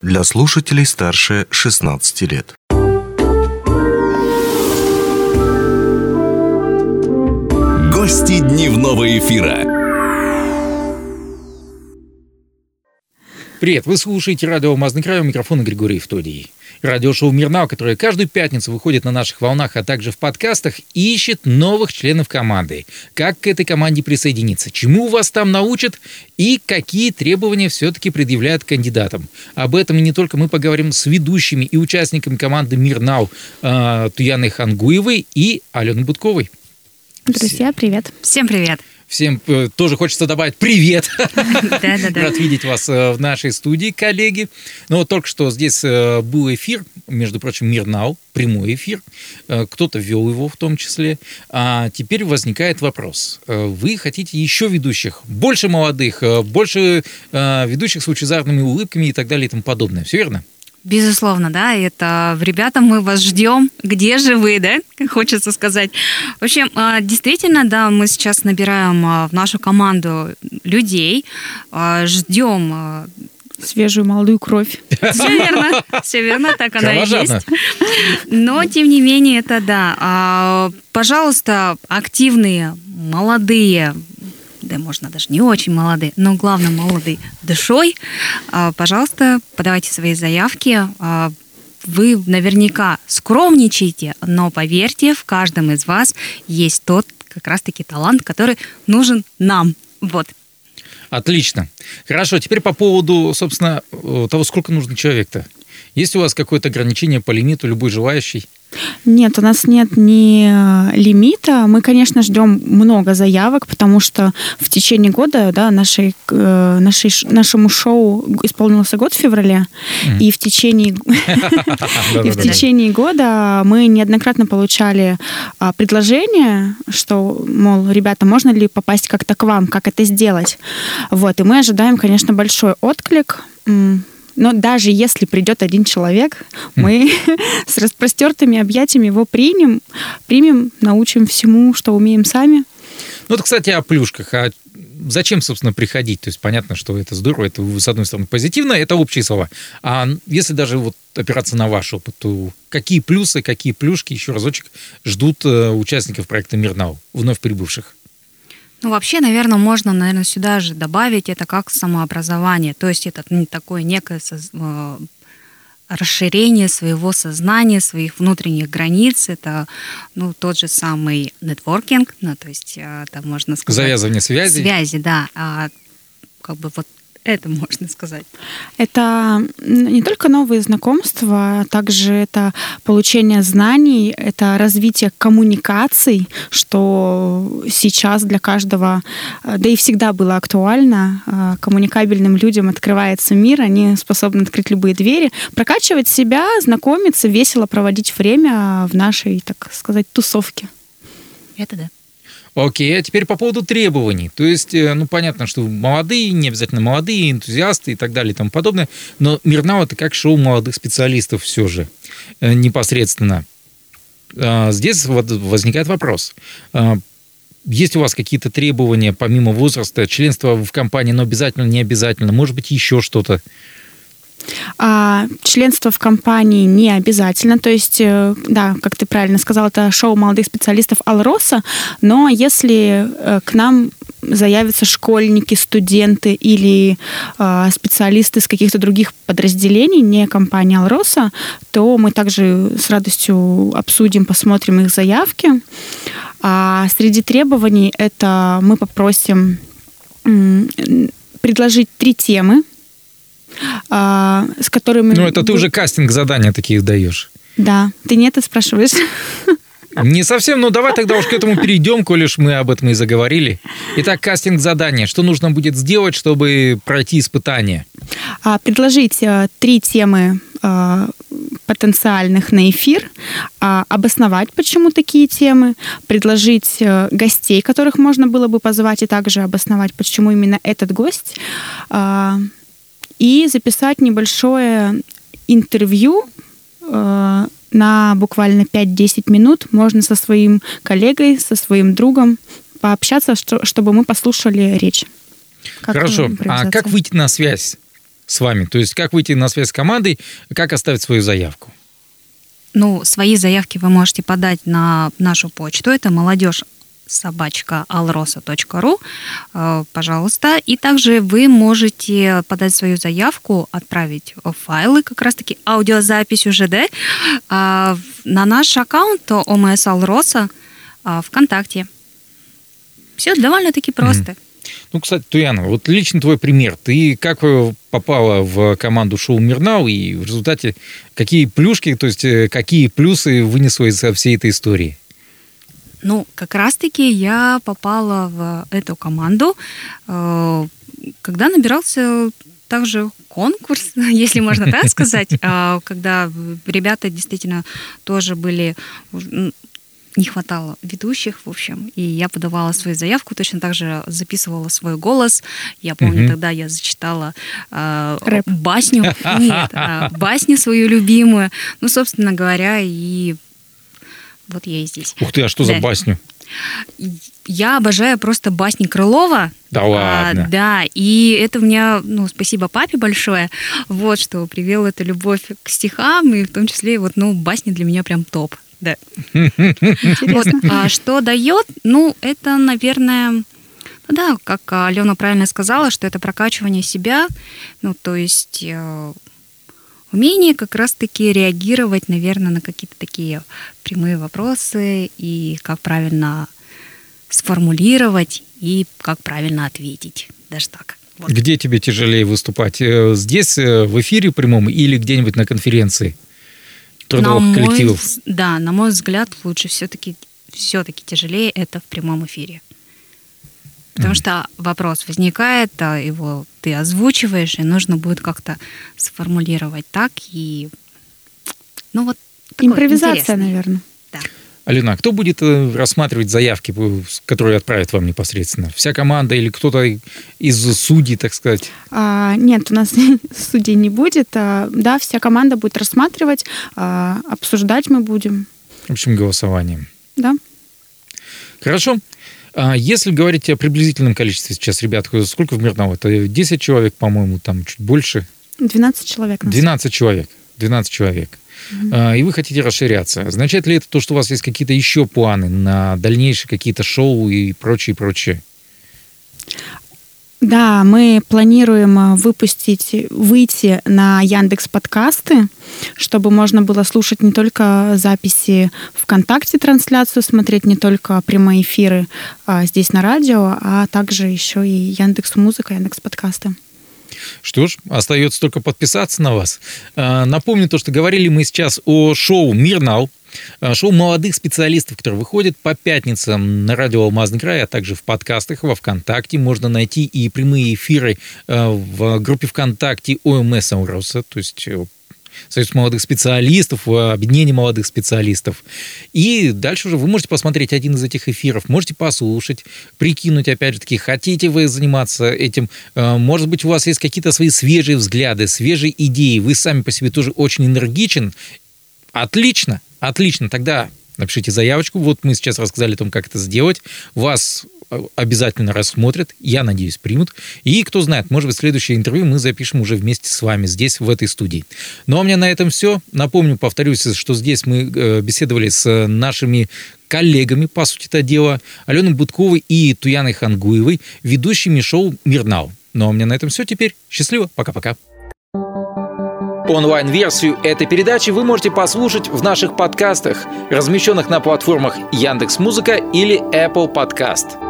Для слушателей старше 16 лет. Гости дневного эфира. Привет, вы слушаете радио «Алмазный край», у микрофона Григорий Евтодий. Радиошоу «Мир Нау», которое каждую пятницу выходит на наших волнах, а также в подкастах, ищет новых членов команды. Как к этой команде присоединиться, чему вас там научат и какие требования все-таки предъявляют кандидатам. Об этом и не только мы поговорим с ведущими и участниками команды «Мир Нау» Туяной Хангуевой и Аленой Будковой. Друзья, привет. Всем привет. Всем тоже хочется добавить привет. Да. Рад видеть вас в нашей студии, коллеги. Ну вот только что здесь был эфир, между прочим, «Мир Нау», прямой эфир. Кто-то вел его в том числе. А теперь возникает вопрос. Вы хотите еще ведущих, больше молодых, больше ведущих с лучезарными улыбками и так далее и тому подобное. Все верно? Безусловно, да, это, ребята, мы вас ждем. Где же вы, да, хочется сказать. В общем, действительно, да, мы сейчас набираем в нашу команду людей, ждем... Свежую молодую кровь. Все верно, так она и есть. Но, тем не менее, это да. Пожалуйста, активные, молодые, да, можно даже не очень молодые, но главное, молодые душой, пожалуйста, подавайте свои заявки. Вы наверняка скромничаете, но поверьте, в каждом из вас есть тот как раз-таки талант, который нужен нам. Вот. Отлично. Хорошо, теперь по поводу, собственно, того, сколько нужно человек-то. Есть у вас какое-то ограничение по лимиту, любой желающий? Нет, у нас нет ни лимита. Мы, конечно, ждем много заявок, потому что в течение года, да, нашему шоу исполнился год в феврале, и в течение года мы неоднократно получали предложения, что, мол, ребята, можно ли попасть как-то к вам, как это сделать? Вот, и мы ожидаем, конечно, большой отклик. Но даже если придет один человек, мы с распростертыми объятиями его примем, научим всему, что умеем сами. Ну, это, кстати, о плюшках. А зачем, собственно, приходить? То есть понятно, что это здорово, это, с одной стороны, позитивно, это общие слова. А если даже вот опираться на ваш опыт, то какие плюсы, какие плюшки еще разочек ждут участников проекта «Мир Нау», вновь прибывших? Ну, вообще, наверное, можно, сюда же добавить это как самообразование. То есть это такое некое расширение своего сознания, своих внутренних границ. Это, тот же самый нетворкинг, то есть там можно сказать... Завязывание связей. Связи, да. Как бы вот это можно сказать. Это не только новые знакомства, а также это получение знаний, это развитие коммуникаций, что сейчас для каждого, да и всегда было актуально. Коммуникабельным людям открывается мир, они способны открыть любые двери, прокачивать себя, знакомиться, весело проводить время в нашей, так сказать, тусовке. Это да. Окей, а теперь по поводу требований. То есть, понятно, что молодые, не обязательно молодые, энтузиасты и так далее и тому подобное, но «Мир Нау» — это как шоу молодых специалистов все же, непосредственно. Здесь возникает вопрос. Есть у вас какие-то требования, помимо возраста, членства в компании, но обязательно, не обязательно, может быть, еще что-то? Членство в компании не обязательно, то есть, да, как ты правильно сказал, это шоу молодых специалистов «Алроса», но если к нам заявятся школьники, студенты или специалисты с каких-то других подразделений, не компания «Алроса», то мы также с радостью обсудим, посмотрим их заявки. А среди требований это мы попросим предложить 3 темы, с которыми... это ты уже кастинг-задания такие даешь. Да. Ты не это спрашиваешь? Не совсем, но давай тогда уж к этому перейдем, коли уж мы об этом и заговорили. Итак, кастинг-задание. Что нужно будет сделать, чтобы пройти испытание? Предложить 3 темы потенциальных на эфир, обосновать, почему такие темы, предложить гостей, которых можно было бы позвать, и также обосновать, почему именно этот гость, и записать небольшое интервью на буквально 5-10 минут. Можно со своим коллегой, со своим другом пообщаться, чтобы мы послушали речь. Хорошо. А как выйти на связь с вами? То есть как выйти на связь с командой, как оставить свою заявку? Свои заявки вы можете подать на нашу почту. Это молодежь@alrosa.ru, пожалуйста. И также вы можете подать свою заявку, отправить файлы, как раз-таки аудиозапись уже, да, на наш аккаунт ОМС Алроса ВКонтакте. Все довольно-таки просто. Кстати, Туяна, вот лично твой пример. Ты как попала в команду шоу «Мирнау», и в результате какие плюшки, то есть какие плюсы вынесла из всей этой истории? Как раз-таки я попала в эту команду, когда набирался также конкурс, если можно так сказать, когда ребята действительно тоже были... Не хватало ведущих, в общем, и я подавала свою заявку, точно так же записывала свой голос. Я помню, тогда я зачитала басню. Нет, басню свою любимую. Собственно говоря, и вот я и здесь. Ух ты, а что за басню? Я обожаю просто басни Крылова. Да ладно? Да, и это у меня, спасибо папе большое, вот, что привел эту любовь к стихам, и в том числе, басни для меня прям топ. Да. А что дает? Это, наверное, как Алена правильно сказала, что это прокачивание себя, то есть умение как раз-таки реагировать, наверное, на какие-то такие прямые вопросы и как правильно сформулировать и как правильно ответить. Даже так. Вот. Где тебе тяжелее выступать? Здесь, в эфире прямом, или где-нибудь на конференции? Трудовых коллективов. Да, на мой взгляд, лучше все-таки тяжелее это в прямом эфире. Потому что вопрос возникает, его ты озвучиваешь, и нужно будет как-то сформулировать так, и импровизация, интересный. Наверное. Да. Алена, кто будет рассматривать заявки, которые отправят вам непосредственно? Вся команда или кто-то из судей, так сказать? Нет, у нас судей не будет. Да, вся команда будет рассматривать, обсуждать мы будем. Общим голосованием. Да. Хорошо. Если говорить о приблизительном количестве сейчас ребят, сколько в Мирнау? Это 10 человек, по-моему, там чуть больше? 12 человек. 12 человек. И вы хотите расширяться. Означает ли это то, что у вас есть какие-то еще планы на дальнейшие какие-то шоу и прочее? Да, мы планируем выйти на Яндекс.Подкасты, чтобы можно было слушать не только записи ВКонтакте, трансляцию смотреть, не только прямые эфиры здесь на радио, а также еще и Яндекс.Музыка, Яндекс.Подкасты. Что ж, остается только подписаться на вас. Напомню то, что говорили мы сейчас о шоу «Мирнау», шоу молодых специалистов, которое выходит по пятницам на радио «Алмазный край», а также в подкастах во ВКонтакте. Можно найти и прямые эфиры в группе ВКонтакте ОМС Алроса, то есть Союз молодых специалистов, объединение молодых специалистов. И дальше уже вы можете посмотреть один из этих эфиров, можете послушать, прикинуть, опять же таки, хотите вы заниматься этим, может быть, у вас есть какие-то свои свежие взгляды, свежие идеи, вы сами по себе тоже очень энергичен. Отлично, тогда напишите заявочку, вот мы сейчас рассказали о том, как это сделать, вас обязательно рассмотрят, я надеюсь, примут. И кто знает, может быть, следующее интервью мы запишем уже вместе с вами здесь, в этой студии. Ну, а у меня на этом все. Напомню, повторюсь, что здесь мы беседовали с нашими коллегами, по сути это дело, Аленой Будковой и Туяной Хангуевой, ведущими шоу «Мирнау». Ну, а у меня на этом все теперь. Счастливо, пока-пока. Онлайн-версию этой передачи вы можете послушать в наших подкастах, размещенных на платформах Яндекс.Музыка или Apple Podcast.